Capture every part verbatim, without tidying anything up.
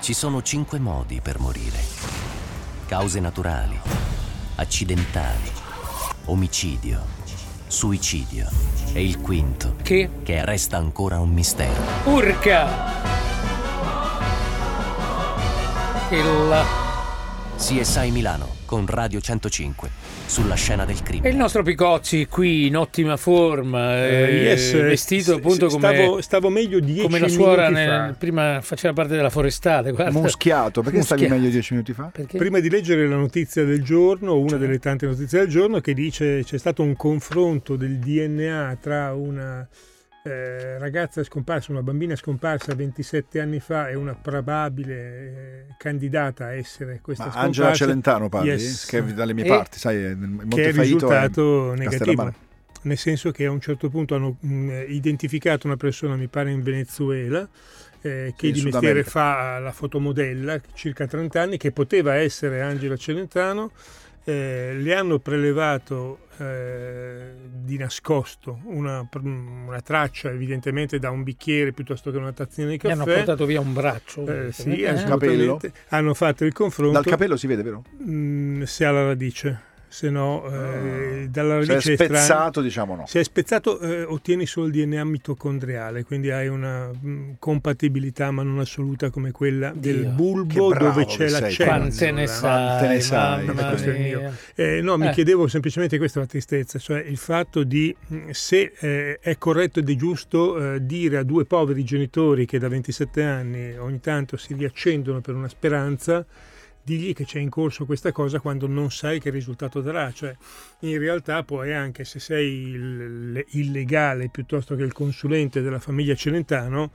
Ci sono cinque modi per morire: cause naturali, accidentali, omicidio, suicidio e il quinto, che? che resta ancora un mistero. Urca! Il... C S I Milano con Radio centocinque sulla scena del crimine. E il nostro Picozzi qui in ottima forma, eh, yes, vestito appunto come stavo, stavo meglio dieci come la suora minuti nel, fa. prima faceva parte della forestale, guarda. Muschiato, perché Muschiato. stavi meglio dieci minuti fa? Perché? Prima di leggere la notizia del giorno, una Cioè? delle tante notizie del giorno, che dice c'è stato un confronto del D N A tra una eh, ragazza scomparsa, una bambina scomparsa ventisette anni fa e una probabile eh, candidata a essere questa Ma scomparsa. Angela Celentano parli? Yes. Che è dalle mie E- parti, sai, è molto Che è il risultato negativo, Castellammare. nel senso che a un certo punto hanno mh, identificato una persona, mi pare in Venezuela, eh, che Sì, di in Sud mestiere America. fa la fotomodella, circa trenta anni, che poteva essere Angela Celentano. Eh, le hanno prelevato eh, di nascosto una, una traccia, evidentemente da un bicchiere piuttosto che una tazzina di Mi hanno caffè. portato via un braccio. Eh, sì, eh? assolutamente. Hanno fatto il confronto. Dal capello si vede, vero? mh, se alla radice, se no eh, dalla Se è radice estranea- spezzato, diciamo no. se è spezzato eh, ottieni solo il D N A mitocondriale, quindi hai una mh, compatibilità ma non assoluta come quella del Dio, bulbo che bravo dove c'è che la sei, cellula. Quante ne sai, Quante ne sai, mamma questo è il mio. mia. Eh, no, mi Eh. chiedevo semplicemente questa la tristezza, cioè il fatto di mh, se eh, è corretto ed è giusto eh, dire a due poveri genitori che da ventisette anni ogni tanto si riaccendono per una speranza, digli che c'è in corso questa cosa quando non sai che risultato darà. Cioè, in realtà poi, anche se sei il, il legale piuttosto che il consulente della famiglia Celentano,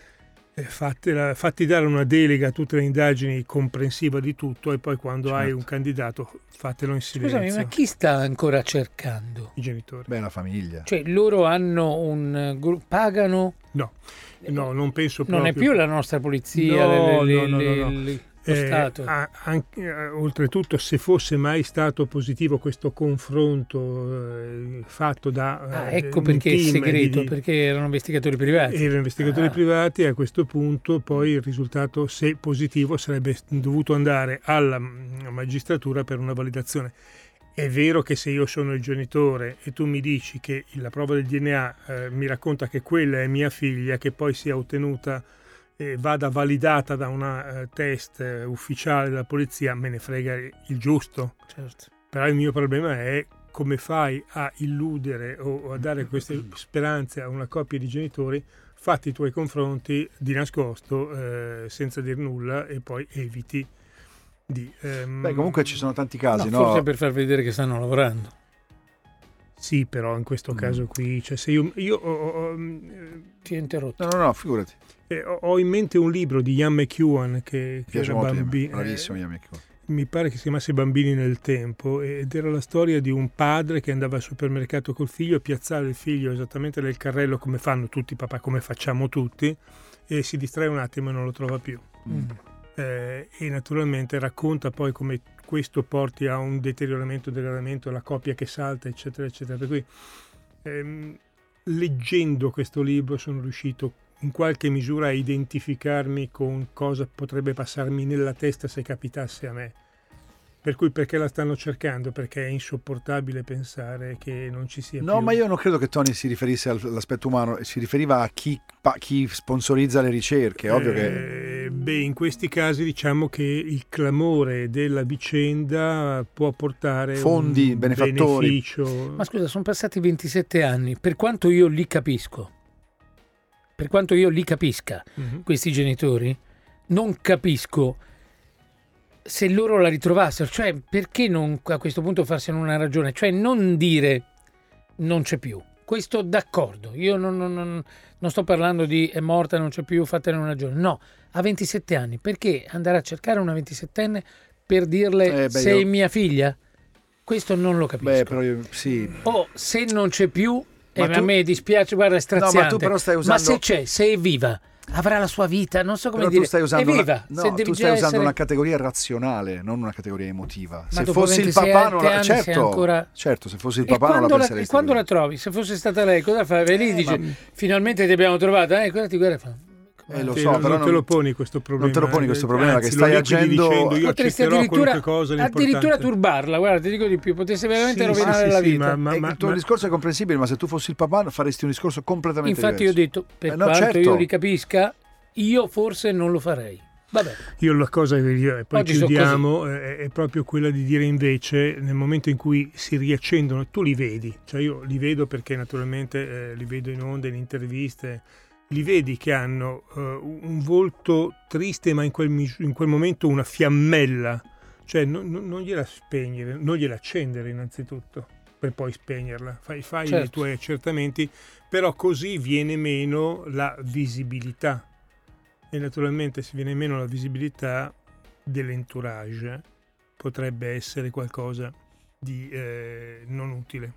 eh, fatela- fatti dare una delega a tutte le indagini comprensiva di tutto, e poi quando hai Certo. un candidato fatelo in silenzio. Scusami, ma chi sta ancora cercando? I genitori. Beh, la famiglia. Cioè, loro hanno un gru- pagano? No, no, non penso proprio. Non è più la nostra polizia, No, le- no, le- no, le- no, no. le- lo Eh, Stato. a- anche, eh, oltretutto, se fosse mai stato positivo questo confronto eh, fatto da Ah, eh, ecco un perché è team segreto, di- perché erano investigatori privati. erano investigatori Ah. privati, a questo punto poi il risultato, se positivo, sarebbe dovuto andare alla mm, magistratura per una validazione. È vero che se io sono il genitore e tu mi dici che la prova del D N A eh, mi racconta che quella è mia figlia, che poi sia ottenuta e vada validata da una eh, test eh, ufficiale della polizia, me ne frega il giusto. Certo. Però il mio problema è come fai a illudere o a dare queste speranze a una coppia di genitori fatti i tuoi confronti di nascosto, eh, senza dir nulla, e poi eviti di... ehm, Beh, comunque ci sono tanti casi, No, no? forse per far vedere che stanno lavorando. Sì, però in questo Mm. caso qui, cioè se io, io ho, ho- ho- Ti ho interrotto. No, no, no, figurati. eh, ho in mente un libro di Ian McEwan che, Mi che piace era molto, bambi- bravissimo, eh, mio amico. mi pare che si chiamasse Bambini nel tempo, ed era la storia di un padre che andava al supermercato col figlio a piazzare il figlio esattamente nel carrello, come fanno tutti i papà, come facciamo tutti, e si distrae un attimo e non lo trova più. Mm. Eh, e naturalmente racconta poi come questo porti a un deterioramento, degradamento, la coppia che salta, eccetera, eccetera. Per cui ehm, leggendo questo libro sono riuscito in qualche misura a identificarmi con cosa potrebbe passarmi nella testa se capitasse a me. Per cui perché la stanno cercando? Perché è insopportabile pensare che non ci sia No, più. ma io non credo che Tony si riferisse al- all'aspetto umano, si riferiva a chi, pa- chi sponsorizza le ricerche. È ovvio che Eh, beh, in questi casi diciamo che il clamore della vicenda può portare Fondi, un benefattori. beneficio. Ma scusa, sono passati ventisette anni. Per quanto io li capisco, per quanto io li capisca, Mhm. questi genitori, non capisco se loro la ritrovassero. Cioè, perché non a questo punto farsene una ragione? Cioè, non dire non c'è più. Questo d'accordo. Io non, non- non- non sto parlando di è morta, non c'è più, fatene una ragione. No, a ventisette anni. Perché andare a cercare una ventisettenne per dirle Eh, beh, sei io- mia figlia? Questo non lo capisco. beh, però io, sì. O se non c'è più, Ma e tu- a me dispiace, guarda, è straziante. No, ma tu però stai Ma usando- se c'è, se è viva, avrà la sua vita, non so come Però dire. tu stai usando, è una, viva, no, se devi tu già stai usando essere... una categoria razionale, non una categoria emotiva. Se dopo fossi il ventisei papà, non la, anni sei certo, ancora- certo, se fossi il E papà non quando, la la, penseresti e quando così. la trovi? Se fosse stata lei, cosa fa? Vai lì, Eh, dice, ma- finalmente ti abbiamo trovata, eh, guarda, ti guarda e fa, Eh, lo Sì, so, non, però non te lo poni questo problema. Non te lo poni questo problema, Anzi, che stai lo liquidi agendo... dicendo io Potresti accetterò addirittura, qualunque cosa di addirittura importante. turbarla, guarda, ti dico di più, potesse veramente Sì, rovinare sì, la sì, vita. ma- Eh, il tuo ma- discorso è comprensibile, ma se tu fossi il papà faresti un discorso completamente Infatti io ho diverso. detto, per Eh, no, quanto certo. io li capisca, io forse non lo farei. Vabbè. Io la cosa che io, e poi Oggi sono chiudiamo, è, è proprio quella di dire invece, nel momento in cui si riaccendono, tu li vedi, cioè io li vedo perché naturalmente eh, li vedo in onda, in interviste, li vedi che hanno eh, un volto triste, ma in quel, mis- in quel momento una fiammella, cioè non, non, non gliela spegnere, non gliela accendere innanzitutto, per poi spegnerla, fai, fai Certo. i tuoi accertamenti, però così viene meno la visibilità. E naturalmente se viene meno la visibilità dell'entourage potrebbe essere qualcosa di eh, non utile.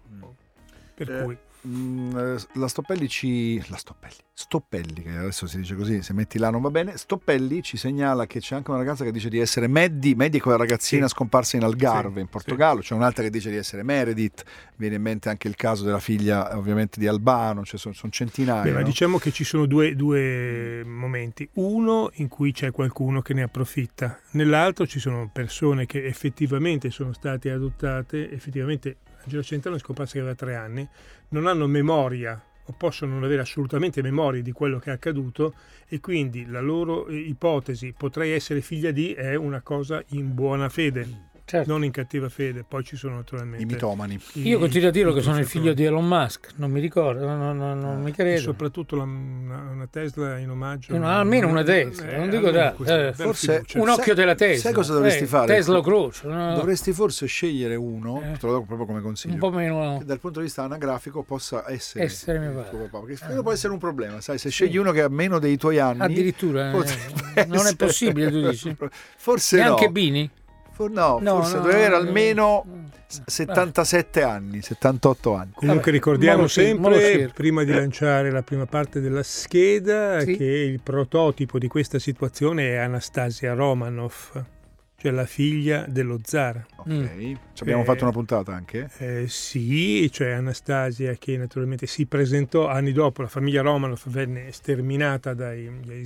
Per Eh, cui mh, la Stoppelli ci... La Stoppelli. Stoppelli, che adesso si dice così, se metti là non va bene. Stoppelli ci segnala che c'è anche una ragazza che dice di essere Maddie, Maddie è quella ragazzina Sì. scomparsa in Algarve, Sì, in Portogallo. C'è un'altra che dice di essere Meredith. Viene in mente anche il caso della figlia, ovviamente, di Albano. Cioè sono, sono centinaia. Beh, ma no? diciamo che ci sono due, due momenti. Uno in cui c'è qualcuno che ne approfitta, nell'altro ci sono persone che effettivamente sono state adottate, effettivamente Angela Centeno è scomparsa che aveva tre anni, non hanno memoria o possono non avere assolutamente memoria di quello che è accaduto e quindi la loro ipotesi potrei essere figlia di è una cosa in buona fede. Certo. Non in cattiva fede, poi ci sono naturalmente I mitomani. i- Io continuo a dirlo i che sono il truffatori. figlio di Elon Musk, non mi ricordo, non, non- non- non mi E credo. soprattutto la- una, una Tesla in omaggio. No, almeno una Tesla, non dico almeno da- questa, eh, dar forse- fiducia. Un occhio Sai- della Tesla. sai cosa dovresti Eh, fare? Tesla Croce, no? Dovresti forse scegliere uno, Eh. te lo do proprio come consiglio, un po' meno che dal punto di vista anagrafico possa essere, essere mio il padre. tuo papà, perché quello può essere un problema, sai, se scegli uno che ha meno dei tuoi anni Addirittura, eh, potrebbe non è essere- possibile, tu dici? Forse Neanche no. Bini? For- no, No, forse no, deve avere no, almeno no. settantasette anni, settantotto anni. Comunque Vabbè, ricordiamo mo lo cer- mo lo sempre, cerco. prima di lanciare la prima parte della scheda, Sì. che il prototipo di questa situazione è Anastasia Romanov, cioè la figlia dello zar. Ok, Mm. ci abbiamo Eh, fatto una puntata anche. Eh, sì, cioè Anastasia che naturalmente si presentò anni dopo, la famiglia Romanov venne sterminata dai, dai-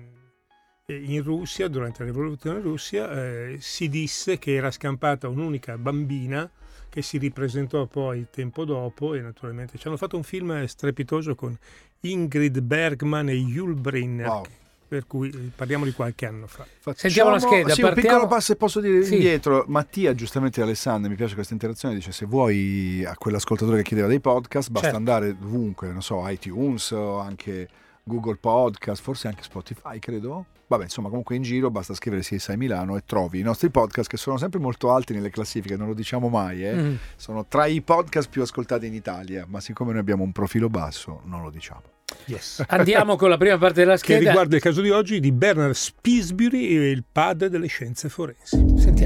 in Russia, durante la rivoluzione russa, eh, si disse che era scampata un'unica bambina che si ripresentò poi tempo dopo e naturalmente ci hanno fatto un film strepitoso con Ingrid Bergman e Yul Brynner, Wow. per cui eh, parliamo di qualche anno fa. Sentiamo la scheda, Sì, un partiamo- piccolo passo e posso dire Sì. indietro. Mattia, giustamente Alessandro, mi piace questa interazione, dice se vuoi a quell'ascoltatore che chiedeva dei podcast, basta Certo. andare ovunque, non so, iTunes o anche Google Podcast, forse anche Spotify, credo. Vabbè, insomma, comunque in giro basta scrivere C S I Milano e trovi i nostri podcast che sono sempre molto alti nelle classifiche, non lo diciamo mai, eh. Mm. Sono tra i podcast più ascoltati in Italia, ma siccome noi abbiamo un profilo basso, non lo diciamo. Yes. Andiamo con la prima parte della Che scheda. riguarda il caso di oggi di Bernard Spilsbury e il padre delle scienze forensi.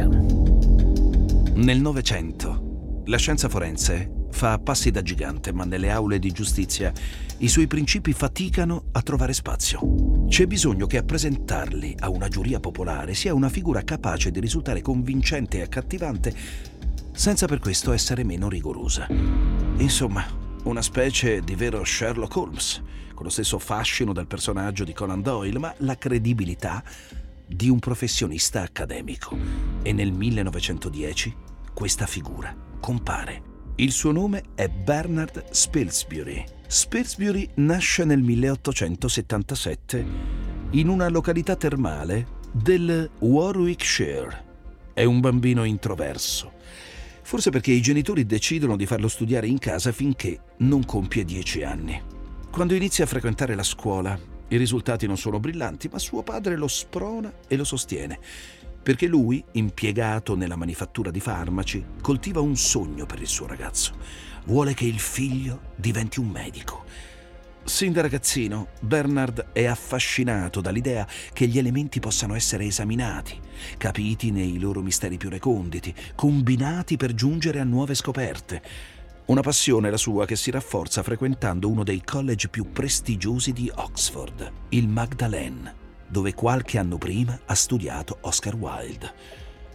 Sentiamo. Nel Novecento, la scienza forense fa passi da gigante, ma nelle aule di giustizia i suoi principi faticano a trovare spazio. C'è bisogno che a presentarli a una giuria popolare sia una figura capace di risultare convincente e accattivante, senza per questo essere meno rigorosa. Insomma, una specie di vero Sherlock Holmes, con lo stesso fascino del personaggio di Conan Doyle, ma la credibilità di un professionista accademico. E nel millenovecentodieci questa figura compare. Il suo nome è Bernard Spilsbury. Spilsbury nasce nel milleottocentosettantasette in una località termale del Warwickshire. È un bambino introverso, forse perché i genitori decidono di farlo studiare in casa finché non compie dieci anni. Quando inizia a frequentare la scuola, i risultati non sono brillanti, ma suo padre lo sprona e lo sostiene, perché lui, impiegato nella manifattura di farmaci, coltiva un sogno per il suo ragazzo. Vuole che il figlio diventi un medico. Sin da ragazzino, Bernard è affascinato dall'idea che gli elementi possano essere esaminati, capiti nei loro misteri più reconditi, combinati per giungere a nuove scoperte. Una passione la sua che si rafforza frequentando uno dei college più prestigiosi di Oxford, il Magdalene, dove qualche anno prima ha studiato Oscar Wilde.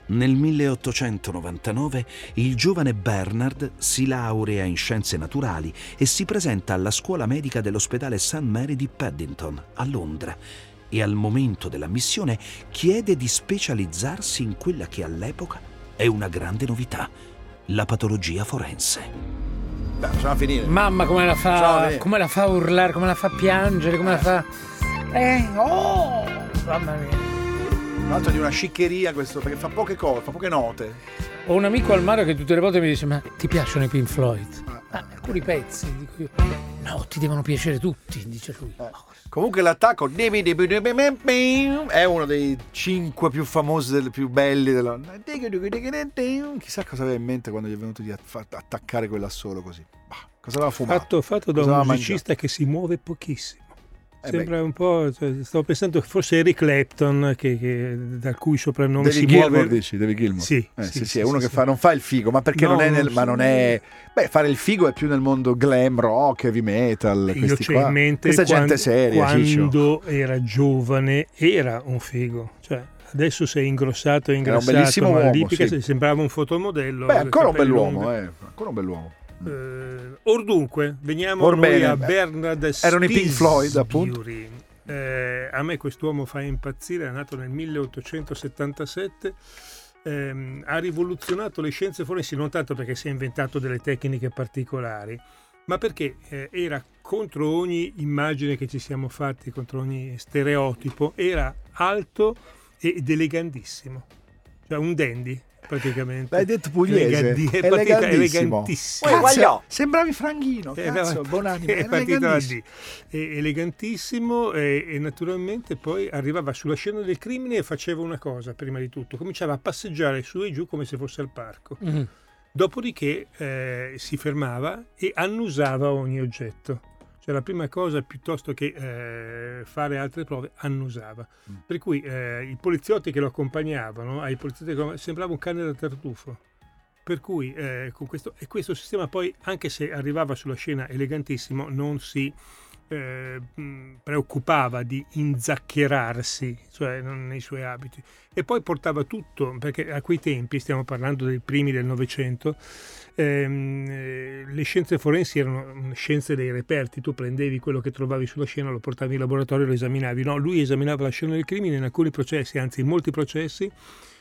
Nel milleottocentonovantanove il giovane Bernard si laurea in scienze naturali e si presenta alla scuola medica dell'ospedale Saint Mary di Paddington, a Londra, e al momento della missione chiede di specializzarsi in quella che all'epoca è una grande novità, la patologia forense. Beh, facciamo finire. Mamma, come la fa, come la fa urlare, come la fa piangere, come la fa... Eh, oh, mamma mia. Tra l'altro di una sciccheria questo, perché fa poche cose, fa poche note. Ho un amico al mare che tutte le volte mi dice: ma ti piacciono i Pink Floyd? Ah, alcuni pezzi, dico io. No, ti devono piacere tutti, dice lui. Eh. Comunque l'attacco è uno dei cinque più famosi, del, più belli della... Chissà cosa aveva in mente quando gli è venuto di attaccare quell'assolo così. Bah, cosa aveva fumato? Fatto, fatto da cosa un musicista mangiato? Che si muove pochissimo. Eh Sembra beh. un po', cioè, stavo pensando che fosse Eric Clapton, che, che, dal cui soprannome David si Gilmour, muove. dici, David Gilmour. Sì, eh, sì, sì, sì, sì, è uno sì, che sì. fa, non fa il figo, ma perché no, non è nel, non ma non è beh, fare il figo è più nel mondo glam rock, heavy metal, Io questi c'ho qua. in mente Questa quando, gente seria, quando Ciccio. era giovane era un figo, cioè adesso sei ingrossato e ingrassato, era un bellissimo ma uomo, all'epoca sì. sembrava un fotomodello. Beh, ancora un bell'uomo, eh, ancora un bell'uomo. Eh, or dunque, veniamo Or noi bene, a beh. Bernard Erano i Pink Floyd, appunto. Eh, a me quest'uomo fa impazzire, è nato nel milleottocentosettantasette, ehm, ha rivoluzionato le scienze forensi non tanto perché si è inventato delle tecniche particolari, ma perché eh, era contro ogni immagine che ci siamo fatti, contro ogni stereotipo, era alto ed elegantissimo, cioè un dandy praticamente. L'hai detto pugliese, Elegandi- è elegantissimo. elegantissimo. Cazzo, sembravi Franghino, cazzo, Era- buonanima, è partito da lì. È elegantissimo e, e naturalmente poi arrivava sulla scena del crimine e faceva una cosa prima di tutto, cominciava a passeggiare su e giù come se fosse al parco. Mm. Dopodiché eh, si fermava e annusava ogni oggetto. Cioè la prima cosa, piuttosto che eh, fare altre prove, annusava. Mm. Per cui eh, i poliziotti che lo accompagnavano, ai poliziotti che lo- sembrava un cane da tartufo. Per cui eh, con questo, e questo sistema poi, anche se arrivava sulla scena elegantissimo, non si eh, mh, preoccupava di inzaccherarsi, cioè non nei suoi abiti. E poi portava tutto, perché a quei tempi, stiamo parlando dei primi del Novecento, ehm, eh, le scienze forensi erano scienze dei reperti. Tu prendevi quello che trovavi sulla scena, lo portavi in laboratorio e lo esaminavi. No, lui esaminava la scena del crimine in alcuni processi, anzi in molti processi.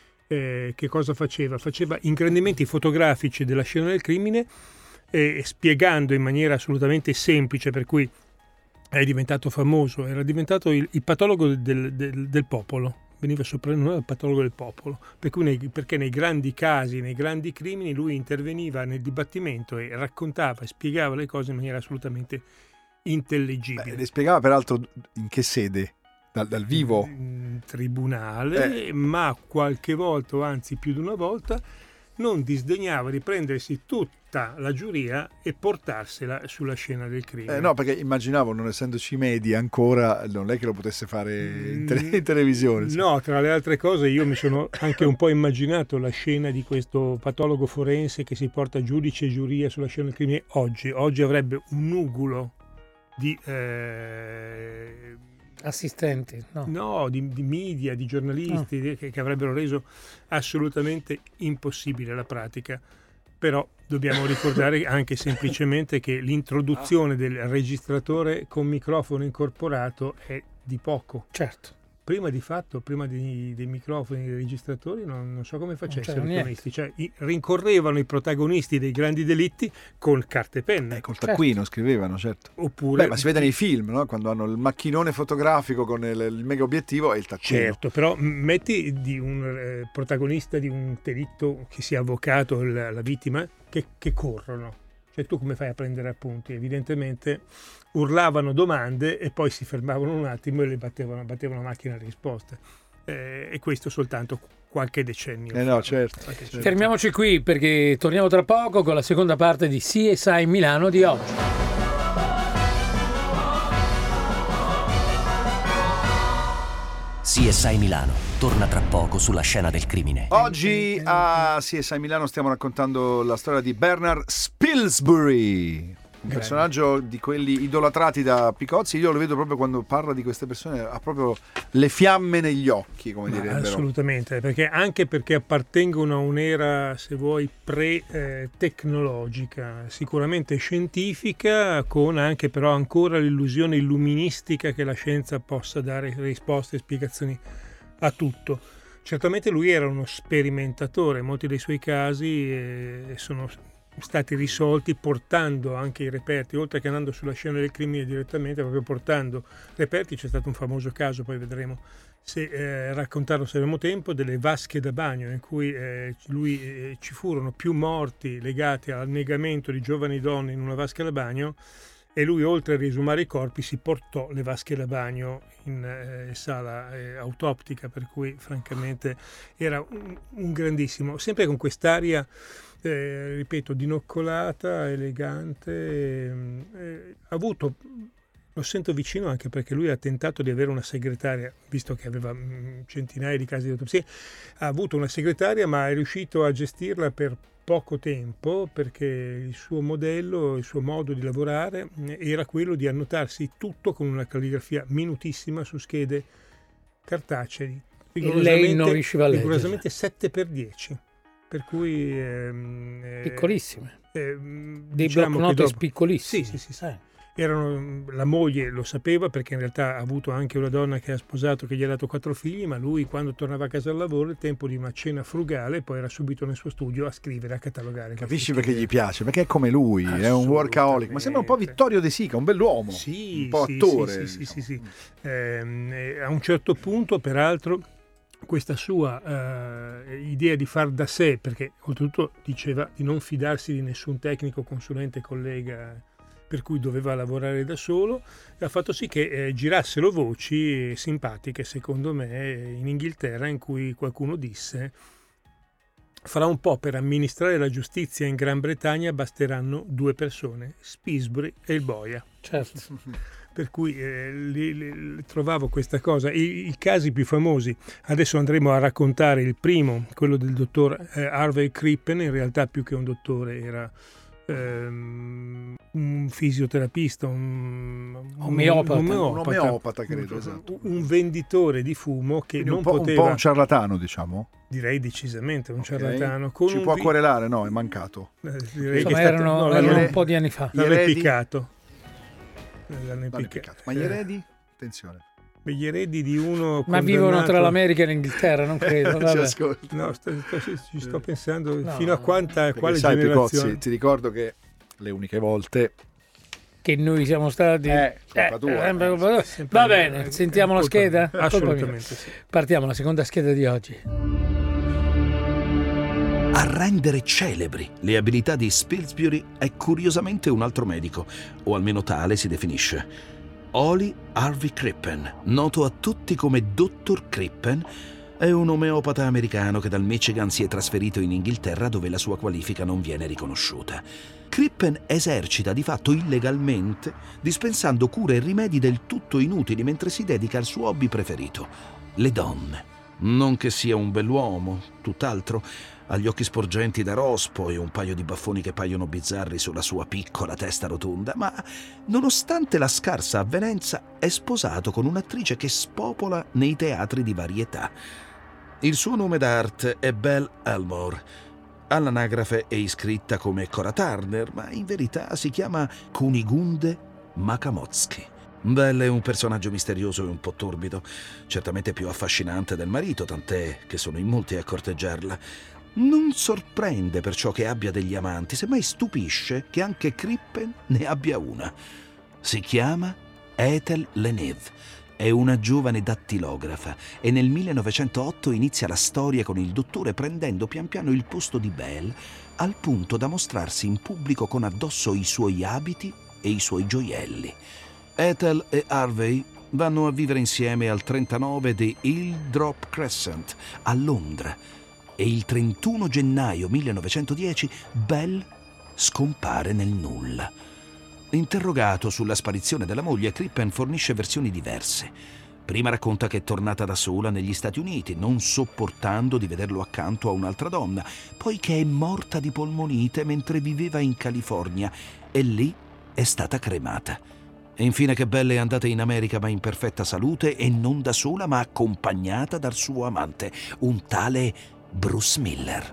Eh, che cosa faceva? Faceva ingrandimenti fotografici della scena del crimine, eh, spiegando in maniera assolutamente semplice, per cui è diventato famoso, era diventato il, il patologo del, del, del popolo, veniva soprannominato il patologo del popolo, per cui nei, perché nei grandi casi, nei grandi crimini lui interveniva nel dibattimento e raccontava e spiegava le cose in maniera assolutamente intelligibile. Beh, le spiegava peraltro in che sede? Dal, dal vivo? In tribunale, Eh. ma qualche volta, o anzi più di una volta, non disdegnava di prendersi tutta la giuria e portarsela sulla scena del crimine. Eh, no, perché immaginavo, non essendoci i media ancora, non è che lo potesse fare in, tele- in televisione. No, tra le altre cose io mi sono anche un po' immaginato la scena di questo patologo forense che si porta giudice e giuria sulla scena del crimine oggi. Oggi avrebbe un nugulo di... Eh, Assistenti, no. No, di, di media, di giornalisti Ah. che, che avrebbero reso assolutamente impossibile la pratica. Però dobbiamo ricordare anche semplicemente che l'introduzione del registratore con microfono incorporato è di poco. Certo. Prima di fatto, prima di- dei microfoni, dei registratori, non, non so come facessero c'era i cronisti. Cioè, i- rincorrevano i protagonisti dei grandi delitti con carta e penna. Eh, col taccuino scrivevano, certo. Oppure... Beh, ma si vede nei film, no? Quando hanno il macchinone fotografico con il, il mega obiettivo e il taccuino. Certo, però m- metti di un eh, protagonista di un delitto, che sia avvocato la, la vittima, che, che corrono. Cioè tu come fai a prendere appunti? Evidentemente urlavano domande e poi si fermavano un attimo e le battevano, battevano la macchina a risposte. Eh, e questo soltanto qualche decennio Eh fa. no, certo. Qualche certo. Fermiamoci qui perché torniamo tra poco con la seconda parte di C S I Milano di oggi. C S I Milano torna tra poco sulla scena del crimine. Oggi a C S I Milano stiamo raccontando la storia di Bernard Spilsbury. Un personaggio di quelli idolatrati da Picozzi. Io lo vedo proprio quando parla di queste persone, ha proprio le fiamme negli occhi, come direbbero. Assolutamente, perché anche perché appartengono a un'era, se vuoi, pre-tecnologica, sicuramente scientifica, con anche però ancora l'illusione illuministica che la scienza possa dare risposte e spiegazioni a tutto. Certamente lui era uno sperimentatore, molti dei suoi casi eh, sono stati risolti portando anche i reperti, oltre che andando sulla scena del crimine direttamente, proprio portando reperti. C'è stato un famoso caso, poi vedremo se eh, raccontarlo se avremo tempo, delle vasche da bagno in cui eh, lui eh, ci furono più morti legati all'annegamento di giovani donne in una vasca da bagno, e lui, oltre a riesumare i corpi, si portò le vasche da bagno in eh, sala eh, autoptica, per cui francamente era un, un grandissimo, sempre con quest'aria Eh, ripeto, dinoccolata, elegante. Eh, ha avuto, lo sento vicino anche perché lui ha tentato di avere una segretaria, visto che aveva mh, centinaia di casi di autopsia, ha avuto una segretaria, ma è riuscito a gestirla per poco tempo, perché il suo modello, il suo modo di lavorare era quello di annotarsi tutto con una calligrafia minutissima su schede cartacee, e lei non riusciva a leggere, rigorosamente sette per dieci. Per cui ehm, piccolissime, eh, dei diciamo block notes dopo, piccolissimi. sì, sì, sì, sì. Eh. Erano, la moglie lo sapeva, perché in realtà ha avuto anche una donna che ha sposato, che gli ha dato quattro figli, ma lui, quando tornava a casa al lavoro, il tempo di una cena frugale, poi era subito nel suo studio a scrivere, a catalogare. Capisci perché gli piace? Perché è come lui, è un workaholic, ma sembra un po' Vittorio De Sica, un bell'uomo, sì, un po' sì, attore. Sì, sì, diciamo. sì, sì, sì. Eh, a un certo punto, peraltro, questa sua uh, idea di far da sé, perché oltretutto diceva di non fidarsi di nessun tecnico, consulente, collega, per cui doveva lavorare da solo, ha fatto sì che eh, girassero voci simpatiche, secondo me, in Inghilterra, in cui qualcuno disse: fra un po' per amministrare la giustizia in Gran Bretagna basteranno due persone, Spisbury e il boia. Certo. Per cui eh, li, li, trovavo questa cosa. I, i casi più famosi, adesso andremo a raccontare il primo, quello del dottor eh, Harvey Crippen. In realtà più che un dottore era ehm, un fisioterapista, un omeopata, un, un, un omeopata credo, un, esatto. un venditore di fumo che Quindi non un po', poteva, un po' un ciarlatano, diciamo. Direi decisamente un Okay. ciarlatano. Con Ci un può vi- querelare? No, è mancato. Eh, direi Insomma, che è stato- erano, no, erano l'hanno- un po' di anni fa. Gli l'hanno eredi? impiccato. L'hanno L'hanno impiccato. impiccato. Ma gli eredi? Attenzione. Gli eredi di uno Ma vivono condannato- tra l'America e l'Inghilterra, non credo. Ci Vabbè. ascolta. No, sto, sto- ci sto pensando No. fino a quanta, Perché quale sai, generazione. Picozzi, ti ricordo che le uniche volte Che noi siamo stati... Eh, colpa tua. eh, beh, colpa tua. Va bene, sentiamo la Colpa scheda? mia. Assolutamente sì. Partiamo, la seconda scheda di oggi. A rendere celebri le abilità di Spilsbury è curiosamente un altro medico, o almeno tale si definisce. Ollie Harvey Crippen, noto a tutti come dottor Crippen, è un omeopata americano che dal Michigan si è trasferito in Inghilterra, dove la sua qualifica non viene riconosciuta. Crippen esercita di fatto illegalmente, dispensando cure e rimedi del tutto inutili mentre si dedica al suo hobby preferito, le donne. Non che sia un bell'uomo, tutt'altro. Ha gli occhi sporgenti da rospo e un paio di baffoni che paiono bizzarri sulla sua piccola testa rotonda, ma nonostante la scarsa avvenenza è sposato con un'attrice che spopola nei teatri di varietà. Il suo nome d'arte è Belle Elmore. All'anagrafe è iscritta come Cora Turner, ma in verità si chiama Kunigunde Makamotsky. Belle è un personaggio misterioso e un po' torbido, certamente più affascinante del marito, tant'è che sono in molti a corteggiarla. Non sorprende perciò che abbia degli amanti, semmai stupisce che anche Crippen ne abbia una. Si chiama Ethel Leneve, è una giovane dattilografa e nel millenovecentootto inizia la storia con il dottore, prendendo pian piano il posto di Belle, al punto da mostrarsi in pubblico con addosso i suoi abiti e i suoi gioielli. Ethel e Harvey vanno a vivere insieme al trentanove di Hilldrop Crescent a Londra e il trentuno gennaio millenovecentodieci Belle scompare nel nulla. Interrogato sulla sparizione della moglie, Crippen fornisce versioni diverse. Prima racconta che è tornata da sola negli Stati Uniti, non sopportando di vederlo accanto a un'altra donna, poi che è morta di polmonite mentre viveva in California e lì è stata cremata. E infine che Belle è andata in America ma in perfetta salute e non da sola ma accompagnata dal suo amante, un tale Bruce Miller.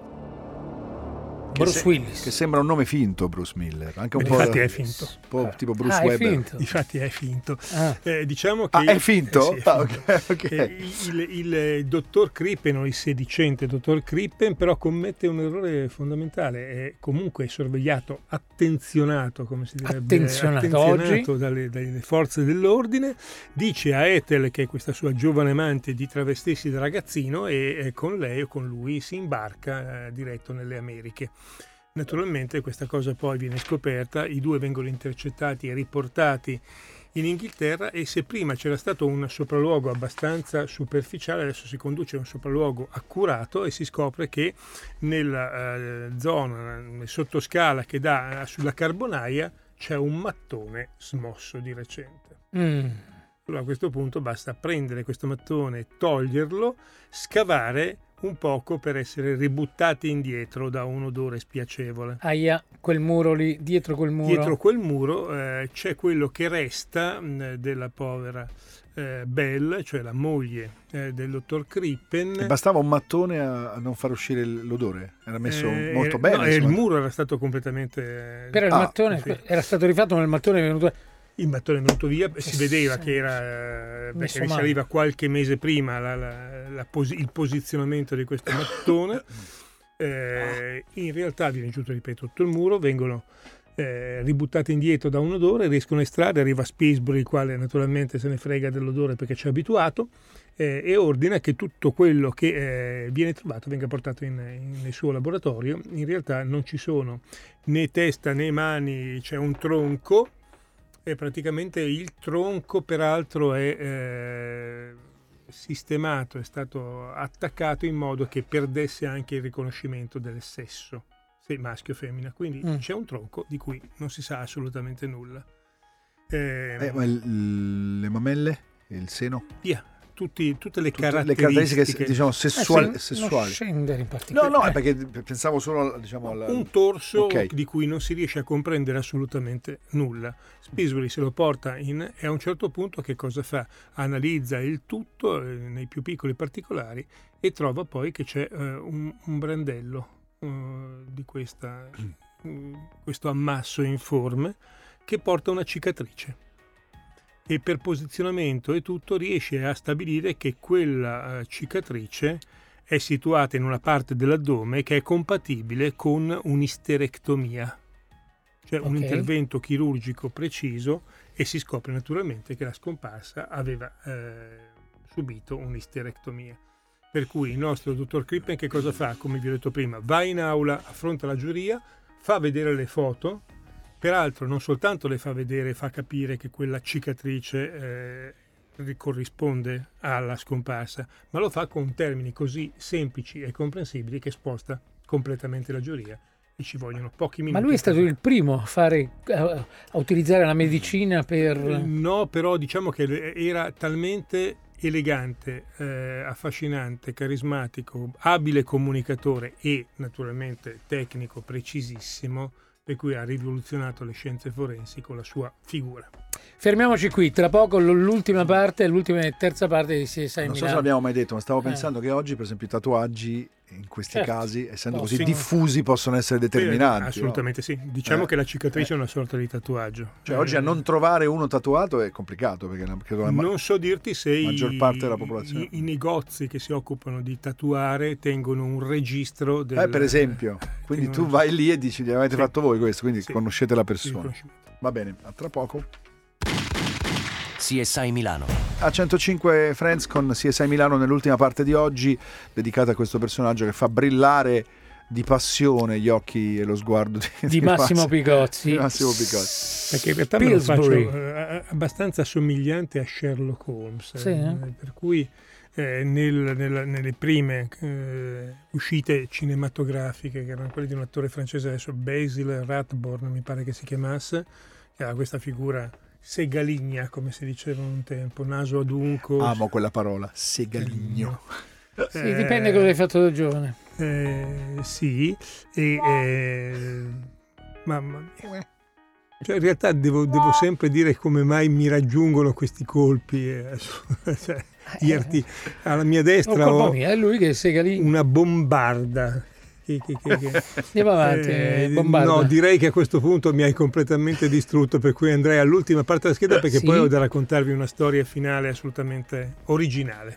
Che Bruce se- Willis. Che sembra un nome finto, Bruce Miller. Anche un po', Infatti è finto. un po' tipo Bruce Ah, è Webber. finto. Infatti è finto. Ah. Eh, diciamo che Ah, è finto? eh sì, è Ah, finto. ok, ok. Eh, il, il, il dottor Crippen o il sedicente dottor Crippen però commette un errore fondamentale, è comunque sorvegliato, attenzionato, come si direbbe, Attenzionato oggi. dalle, dalle forze dell'ordine, dice a Ethel, che è questa sua giovane amante, di travestirsi da ragazzino e eh, con lei o con lui si imbarca eh, diretto nelle Americhe. Naturalmente questa cosa poi viene scoperta, i due vengono intercettati e riportati in Inghilterra, e se prima c'era stato un sopralluogo abbastanza superficiale, adesso si conduce un sopralluogo accurato e si scopre che nella eh, zona, nel sottoscala che dà eh, sulla Carbonaia, c'è un mattone smosso di recente. Mm. Allora a questo punto basta prendere questo mattone, toglierlo, scavare un poco per essere ributtati indietro da un odore spiacevole. Aia, quel muro lì, dietro quel muro. Dietro quel muro eh, c'è quello che resta mh, della povera eh, Belle, cioè la moglie eh, del dottor Crippen. E bastava un mattone a, a non far uscire l'odore? Era messo Eh, molto eh, bene? no, il insomma. muro era stato completamente... Però il Ah, mattone sì. era stato rifatto, ma il mattone è venuto. Il mattone è venuto via, Che si vedeva senso. che era eh, Messo perché male. risaliva qualche mese prima la- la- la posi- il posizionamento di questo mattone. Eh, in realtà viene giù, ripeto, tutto il muro, vengono eh, ributtati indietro da un odore, riescono a estrarre, arriva Spilsbury, il quale naturalmente se ne frega dell'odore perché ci è abituato, eh, e ordina che tutto quello che eh, viene trovato venga portato in, in- nel suo laboratorio. In realtà non ci sono né testa né mani, c'è un tronco, e praticamente il tronco peraltro è eh, sistemato, è stato attaccato in modo che perdesse anche il riconoscimento del sesso, se maschio o femmina, quindi Mm. c'è un tronco di cui non si sa assolutamente nulla. Eh, Eh, ma il- le mamelle? Il seno? via, tutti, tutte le Tutte le caratteristiche, caratteristiche diciamo sessuali. Eh, se- sessuali. Non scendere in No, particolare. no, Eh, è perché pensavo solo diciamo, alla... un torso Ok. di cui non si riesce a comprendere assolutamente nulla. Spilsbury se lo porta in, e a un certo punto che cosa fa? Analizza il tutto eh, nei più piccoli particolari e trova poi che c'è eh, un, un brandello eh, di questa, eh, questo ammasso informe che porta una cicatrice. E per posizionamento e tutto riesce a stabilire che quella eh, cicatrice è situata in una parte dell'addome che è compatibile con un'isterectomia, cioè un Ok. intervento chirurgico preciso, e si scopre naturalmente che la scomparsa aveva eh, subito un'isterectomia. Per cui il nostro dottor Crippen che cosa fa? Come vi ho detto prima, va in aula, affronta la giuria, fa vedere le foto. Peraltro non soltanto le fa vedere, fa capire che quella cicatrice eh, corrisponde alla scomparsa, ma lo fa con termini così semplici e comprensibili che sposta completamente la giuria, e ci vogliono pochi minuti. Ma lui è stato il primo a, fare, a, a utilizzare la medicina per... No, però diciamo che era talmente elegante, eh, affascinante, carismatico, abile comunicatore e naturalmente tecnico precisissimo, per cui ha rivoluzionato le scienze forensi con la sua figura. Fermiamoci qui, tra poco l- l'ultima parte, l'ultima e terza parte di C S I Non so se Milano. l'abbiamo mai detto, ma stavo Eh. pensando che oggi, per esempio, i tatuaggi in questi Certo. casi, essendo Possono- così diffusi, possono essere determinanti. Assolutamente sì. Diciamo Eh. che la cicatrice è una sorta di tatuaggio. no? Cioè, Eh, oggi a non trovare uno tatuato è complicato, perché la- credo la ma- non so dirti se i, maggior parte della popolazione. i, i negozi che si occupano di tatuare tengono un registro del, Eh, per esempio, quindi tu vai lì e dici: avete Sì. fatto voi questo, quindi Sì. conoscete la di persona. riconoscimento. Va bene, a tra poco. C S I Milano. A centocinque Friends con C S I Milano nell'ultima parte di oggi, dedicata a questo personaggio che fa brillare di passione gli occhi e lo sguardo di, Di Massimo Picozzi. di Massimo Picozzi. Perché in realtà me lo faccio Pillsbury. eh, abbastanza somigliante a Sherlock Holmes, Sì, eh, eh? per cui eh, nel- nella- nelle prime eh, uscite cinematografiche, che erano quelle di un attore francese, adesso Basil Rathbone mi pare che si chiamasse, che aveva questa figura segaligna, come si diceva un tempo, naso adunco. Amo quella parola, segaligno. Sì, Eh, dipende cosa hai fatto da giovane. Eh, sì, e eh, mamma mia. Cioè, in realtà devo, devo sempre dire come mai mi raggiungono questi colpi. Eh, cioè, gli arti- alla mia destra non ho mia, è lui che sega lì. una bombarda. Che, che, che, che. Andiamo avanti, Eh, bombarda. no, direi che a questo punto mi hai completamente distrutto, per cui andrei all'ultima parte della scheda perché Sì? poi ho da raccontarvi una storia finale assolutamente originale.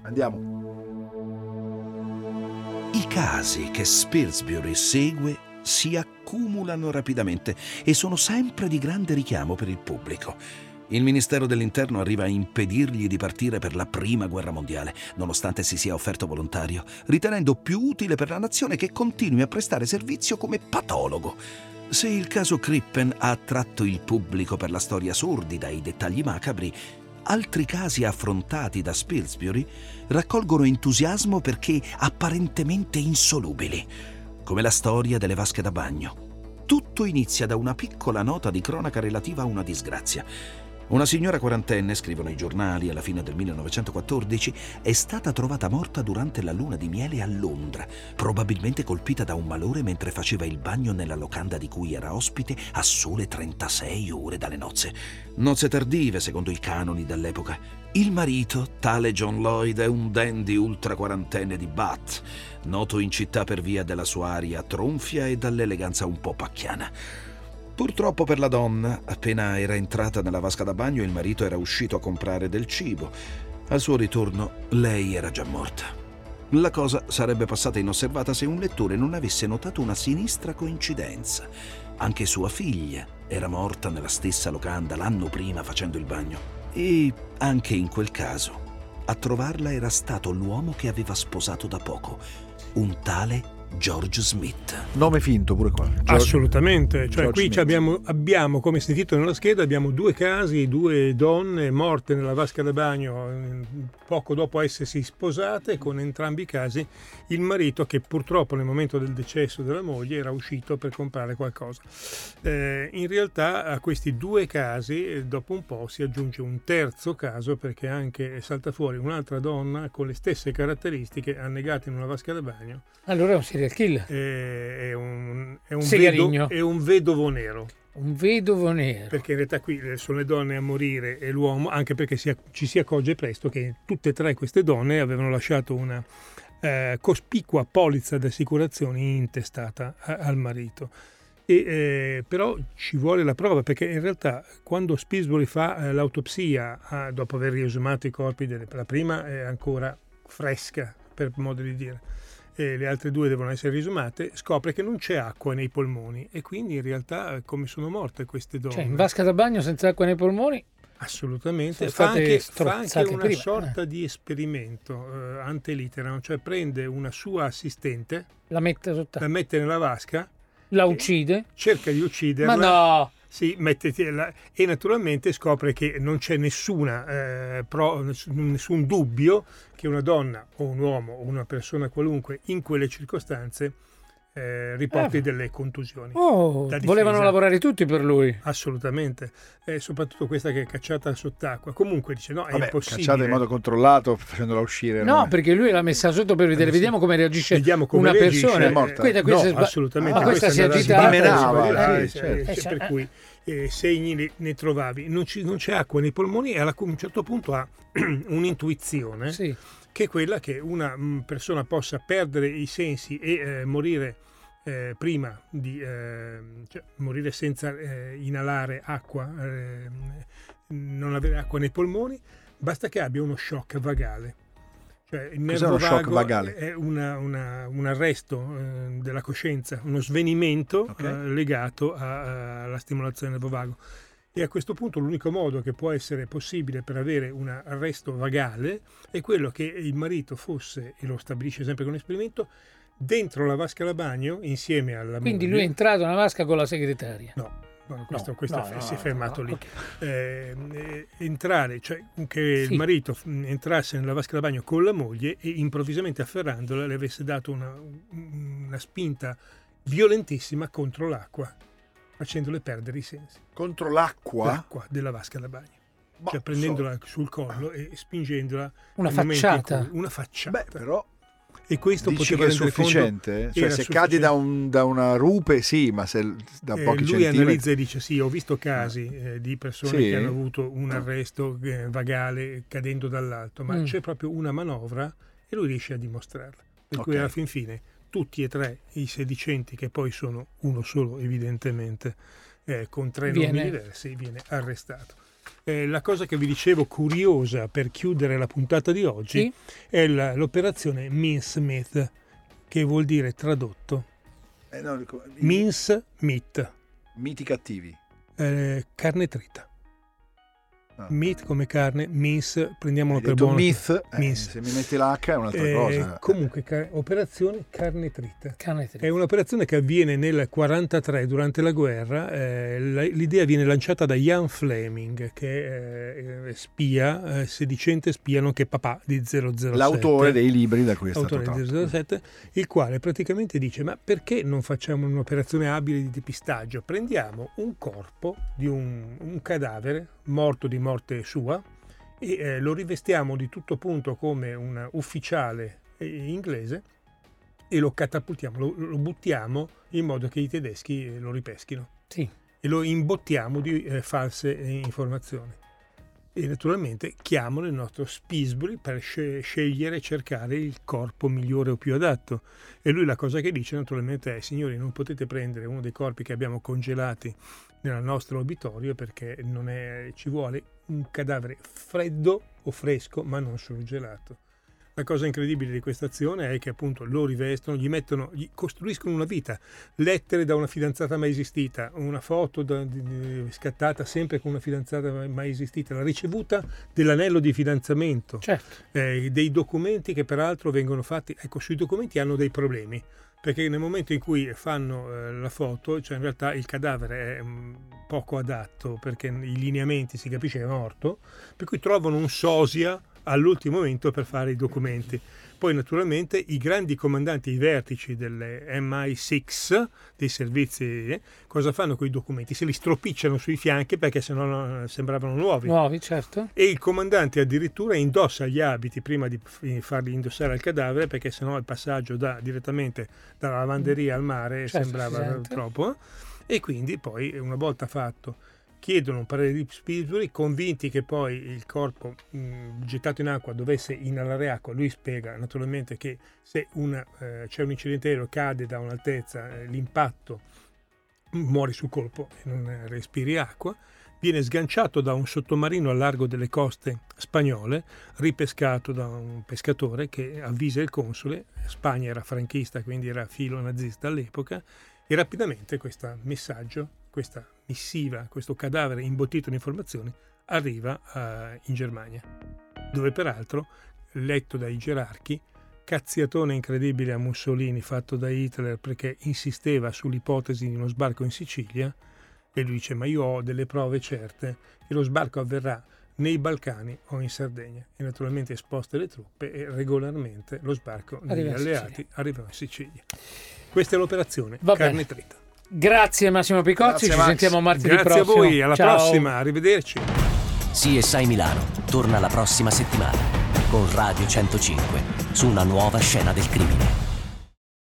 Andiamo. I casi che Spilsbury segue si accumulano rapidamente e sono sempre di grande richiamo per il pubblico. Il Ministero dell'Interno arriva a impedirgli di partire per la Prima Guerra Mondiale, nonostante si sia offerto volontario, ritenendo più utile per la nazione che continui a prestare servizio come patologo. Se il caso Crippen ha attratto il pubblico per la storia sordida e i dettagli macabri, altri casi affrontati da Spilsbury raccolgono entusiasmo perché apparentemente insolubili, come la storia delle vasche da bagno. Tutto inizia da una piccola nota di cronaca relativa a una disgrazia. Una signora quarantenne, scrivono i giornali alla fine del millenovecentoquattordici, è stata trovata morta durante la luna di miele a Londra, probabilmente colpita da un malore mentre faceva il bagno nella locanda di cui era ospite a sole trentasei ore dalle nozze. Nozze tardive, secondo i canoni dell'epoca. Il marito, tale John Lloyd, è un dandy ultra quarantenne di Bath, noto in città per via della sua aria tronfia e dall'eleganza un po' pacchiana. Purtroppo per la donna, appena era entrata nella vasca da bagno, il marito era uscito a comprare del cibo. Al suo ritorno, lei era già morta. La cosa sarebbe passata inosservata se un lettore non avesse notato una sinistra coincidenza. Anche sua figlia era morta nella stessa locanda l'anno prima facendo il bagno. E anche in quel caso, a trovarla era stato l'uomo che aveva sposato da poco, un tale George Smith. Nome finto pure qua. George, Assolutamente, cioè George qui Smith. abbiamo, abbiamo, come sentito nella scheda, abbiamo due casi, due donne morte nella vasca da bagno eh, poco dopo essersi sposate, con entrambi i casi il marito che purtroppo nel momento del decesso della moglie era uscito per comprare qualcosa. Eh, in realtà a questi due casi eh, dopo un po' si aggiunge un terzo caso, perché anche salta fuori un'altra donna con le stesse caratteristiche annegata in una vasca da bagno. Allora è un serial killer. È un, è un, Segarigno. vedo, è un vedovo nero, Un vedovo nero. perché in realtà qui sono le donne a morire e l'uomo, anche perché si, ci si accorge presto che tutte e tre queste donne avevano lasciato una eh, cospicua polizza d'assicurazioni intestata a, al marito. E, eh, però ci vuole la prova, perché in realtà quando Spilsbury fa eh, l'autopsia ah, dopo aver riesumato i corpi delle, la prima è ancora fresca, per modo di dire, e le altre due devono essere riesumate, scopre che non c'è acqua nei polmoni e quindi in realtà come sono morte queste donne? Cioè, in vasca da bagno senza acqua nei polmoni? Assolutamente, Sono fa state anche, fa anche strozzate una prima, sorta di esperimento eh, ante litteram, cioè prende una sua assistente, La mette sotto. la mette nella vasca, La uccide? cerca di ucciderla. Ma no! Sì, mettetela, e naturalmente scopre che non c'è nessuna, eh, pro, nessun, nessun dubbio che una donna o un uomo o una persona qualunque in quelle circostanze eh, riporti Eh. delle contusioni. Oh, Da difesa. volevano lavorare tutti per lui. Assolutamente, e soprattutto questa che è cacciata sott'acqua. Comunque dice no, è Vabbè, impossibile. cacciata in modo controllato, facendola uscire. No, non è- perché lui l'ha messa sotto per vedere, Eh, sì. vediamo come reagisce Vediamo come una reagisce, persona. è morta. Questa, questa no, è sba- assolutamente. Ah, questa si è andava- agitata. dimenava, eh, sì, eh, certo. eh, Eh, per eh. cui eh, segni ne, ne trovavi. Non, ci- non c'è acqua nei polmoni e alla- a un certo punto ha un'intuizione Sì. che è quella che una mh, persona possa perdere i sensi e eh, morire eh, prima di eh, cioè, morire senza eh, inalare acqua, eh, non avere acqua nei polmoni, basta che abbia uno shock vagale. Cioè, il Cos'è nervo uno shock vago vagale? è una- una- un arresto eh, della coscienza, uno svenimento Ok. eh, legato a- a- alla stimolazione del nervo vago. E a questo punto l'unico modo che può essere possibile per avere un arresto vagale è quello che il marito fosse, e lo stabilisce sempre con l'esperimento, dentro la vasca da bagno insieme alla Quindi moglie. lui è entrato nella vasca con la segretaria. No, no, questo, No, questo no, è- no, si è no, fermato no, lì. ok. Eh, eh, entrare, cioè che Sì. il marito mh, entrasse nella vasca da bagno con la moglie e improvvisamente afferrandola le avesse dato una, una spinta violentissima contro l'acqua, facendole perdere i sensi. Contro l'acqua? L'acqua della vasca da bagno. Boh, Cioè prendendola sul collo e spingendola Una nel momento in facciata. cui- una facciata. Beh, però E questo dici poteva che è sufficiente? Cioè, se cadi da, un, da una rupe, sì, ma se da eh, pochi lui centimetri... analizza e dice sì, ho visto casi eh, di persone sì. che hanno avuto un arresto eh, vagale cadendo dall'alto, ma mm. c'è proprio una manovra e lui riesce a dimostrarla. Per okay. cui alla fin fine tutti e tre i sedicenti, che poi sono uno solo evidentemente, eh, con tre viene. nomi diversi, viene arrestato. Eh, la cosa che vi dicevo curiosa per chiudere la puntata di oggi sì. è la, l'operazione Mince Meat, che vuol dire tradotto eh no, Mince Meat, miti cattivi, eh, carne trita. Ah. Meat come carne, mince, prendiamolo Hai per buono. Myth, eh, se mi metti l'H è un'altra eh, cosa. Comunque, ca- operazione carne trita. carne trita. È un'operazione che avviene nel quarantatré durante la guerra. Eh, la, l'idea viene lanciata da Ian Fleming, che è eh, spia, eh, sedicente spia, nonché papà di zero zero sette. L'autore dei libri da cui è stato L'autore di zero zero sette, il quale praticamente dice: ma perché non facciamo un'operazione abile di depistaggio? Prendiamo un corpo di un, un cadavere morto di morte sua e eh, lo rivestiamo di tutto punto come un ufficiale inglese e lo catapultiamo, lo, lo buttiamo in modo che i tedeschi lo ripeschino sì. e lo imbottiamo di eh, false informazioni. E naturalmente chiamano il nostro Spilsbury per scegliere e cercare il corpo migliore o più adatto. E lui la cosa che dice naturalmente è: signori, non potete prendere uno dei corpi che abbiamo congelati nel nostro obitorio, perché non è, ci vuole un cadavere freddo o fresco, ma non surgelato. La cosa incredibile di questa azione è che appunto lo rivestono, gli mettono, gli costruiscono una vita, lettere da una fidanzata mai esistita, una foto da, di, di, scattata sempre con una fidanzata mai esistita, la ricevuta dell'anello di fidanzamento, certo. eh, dei documenti che peraltro vengono fatti, ecco, sui documenti hanno dei problemi, perché nel momento in cui fanno eh, la foto, cioè in realtà il cadavere è um, poco adatto, perché i lineamenti si capisce che è morto, per cui trovano un sosia all'ultimo momento per fare i documenti. Poi naturalmente i grandi comandanti, i vertici delle M I sei, dei servizi, eh, cosa fanno con i documenti? Se li stropicciano sui fianchi perché sennò sembravano nuovi. Nuovi, certo. E il comandante addirittura indossa gli abiti prima di farli indossare al cadavere, perché sennò il passaggio da, direttamente dalla lavanderia al mare certo, sembrava troppo. E quindi poi, una volta fatto, chiedono un parere di Spilsbury, convinti che poi il corpo mh, gettato in acqua dovesse inalare acqua. Lui spiega naturalmente che se una, eh, c'è un incidente aereo, cade da un'altezza, eh, l'impatto muori sul colpo e non respiri acqua. Viene sganciato da un sottomarino al largo delle coste spagnole, ripescato da un pescatore che avvisa il console. Spagna era franchista, quindi era filo nazista all'epoca, e rapidamente questo messaggio, questa missiva, questo cadavere imbottito di informazioni arriva uh, in Germania, dove peraltro, letto dai gerarchi, cazziatone incredibile a Mussolini fatto da Hitler perché insisteva sull'ipotesi di uno sbarco in Sicilia, e lui dice: ma io ho delle prove certe che lo sbarco avverrà nei Balcani o in Sardegna, e naturalmente esposte le truppe, e regolarmente lo sbarco degli alleati arriva in Sicilia. Questa è l'operazione Va Carne bene. Trita. Grazie Massimo Picozzi, Grazie, ci Max. sentiamo martedì Grazie prossimo. Grazie a voi, alla Ciao. prossima, arrivederci. C S I Milano torna la prossima settimana con Radio centocinque su una nuova scena del crimine.